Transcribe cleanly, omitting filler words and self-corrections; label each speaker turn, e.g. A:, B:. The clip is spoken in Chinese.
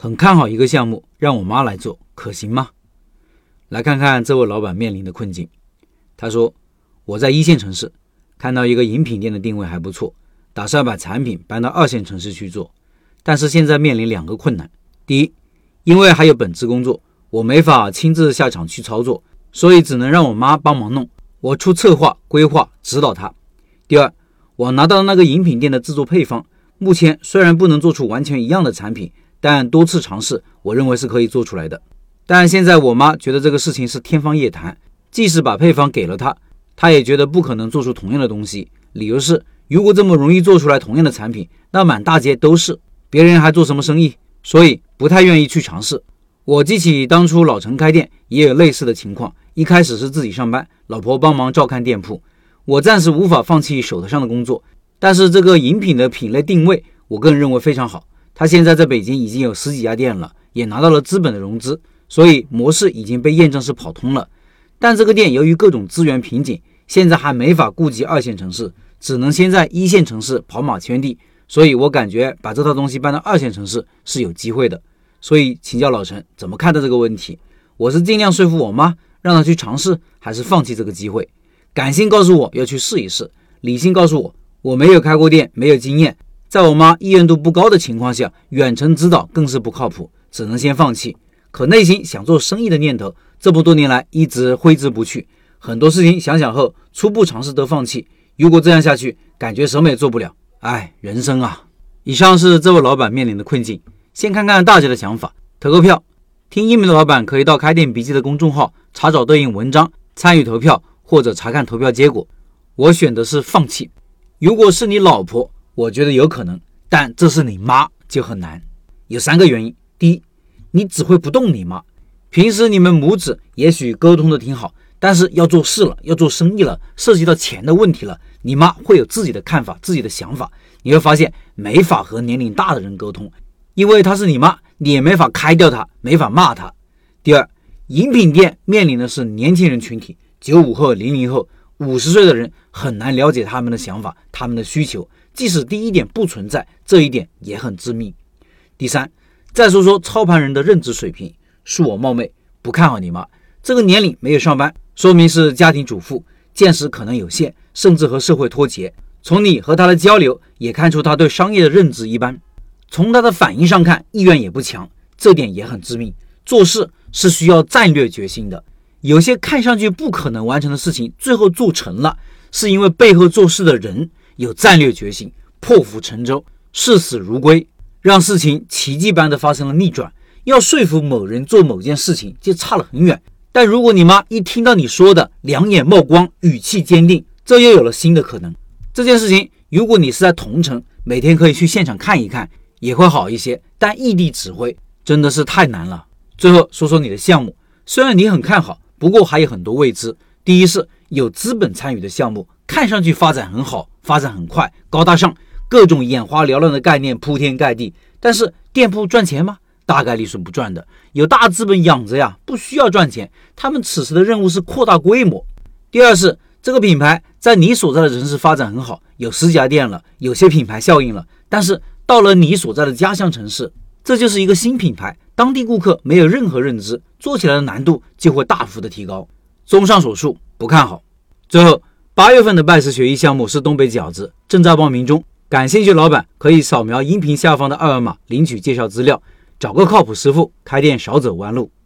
A: 很看好一个项目，让我妈来做，可行吗？来看看这位老板面临的困境。他说，我在一线城市看到一个饮品店的定位还不错，打算把产品搬到2线城市去做，但是现在面临2个困难。第一，因为还有本职工作，我没法亲自下场去操作，所以只能让我妈帮忙弄，我出策划规划指导她。第二，我拿到的那个饮品店的制作配方，目前虽然不能做出完全一样的产品，但多次尝试我认为是可以做出来的。但现在我妈觉得这个事情是天方夜谭，即使把配方给了她也觉得不可能做出同样的东西，理由是如果这么容易做出来同样的产品，那满大街都是，别人还做什么生意？所以不太愿意去尝试。我记起当初老陈开店也有类似的情况，一开始是自己上班，老婆帮忙照看店铺，我暂时无法放弃手头上的工作，但是这个饮品的品类定位我个人认为非常好，他现在在北京已经有10几家店了，也拿到了资本的融资，所以模式已经被验证是跑通了。但这个店由于各种资源瓶颈，现在还没法顾及2线城市，只能先在1线城市跑马圈地，所以我感觉把这套东西搬到2线城市是有机会的。所以请教老陈怎么看待这个问题？我是尽量说服我妈让她去尝试，还是放弃这个机会？感性告诉我要去试一试，理性告诉我没有开过店，没有经验，在我妈意愿度不高的情况下，远程指导更是不靠谱，只能先放弃。可内心想做生意的念头这么多年来一直挥之不去，很多事情想想后初步尝试都放弃，如果这样下去感觉什么也做不了，人生啊。以上是这位老板面临的困境，先看看大家的想法。投个票，听音频的老板可以到开店笔记的公众号查找对应文章参与投票，或者查看投票结果。我选的是放弃。如果是你老婆，我觉得有可能，但这是你妈就很难。有3个原因。第一，你只会不动你妈，平时你们母子也许沟通的挺好，但是要做事了，要做生意了，涉及到钱的问题了，你妈会有自己的看法，自己的想法，你会发现没法和年龄大的人沟通，因为她是你妈，你也没法开掉她，没法骂她。第二，饮品店面临的是年轻人群体，95后、00后、50岁的人很难了解他们的想法，他们的需求，即使第一点不存在，这一点也很致命。第三，再说说操盘人的认知水平，恕我冒昧，不看好你妈。这个年龄没有上班，说明是家庭主妇，见识可能有限，甚至和社会脱节。从你和她的交流也看出她对商业的认知一般，从她的反应上看意愿也不强，这点也很致命。做事是需要战略决心的，有些看上去不可能完成的事情最后做成了，是因为背后做事的人有战略决心，破釜沉舟，视死如归，让事情奇迹般的发生了逆转。要说服某人做某件事情就差了很远，但如果你妈一听到你说的两眼冒光，语气坚定，这又有了新的可能。这件事情如果你是在同城，每天可以去现场看一看也会好一些，但异地指挥真的是太难了。最后说说你的项目，虽然你很看好，不过还有很多未知。第一是有资本参与的项目，看上去发展很好，发展很快，高大上，各种眼花缭乱的概念铺天盖地，但是店铺赚钱吗？大概率是不赚的，有大资本养着呀，不需要赚钱，他们此时的任务是扩大规模。第二是这个品牌在你所在的城市发展很好，有10家店了，有些品牌效应了，但是到了你所在的家乡城市，这就是一个新品牌，当地顾客没有任何认知，做起来的难度就会大幅的提高。综上所述，不看好。最后8月份的拜师学艺项目是东北饺子，正在报名中，感兴趣的老板可以扫描音频下方的2维码领取介绍资料，找个靠谱师傅，开店少走弯路。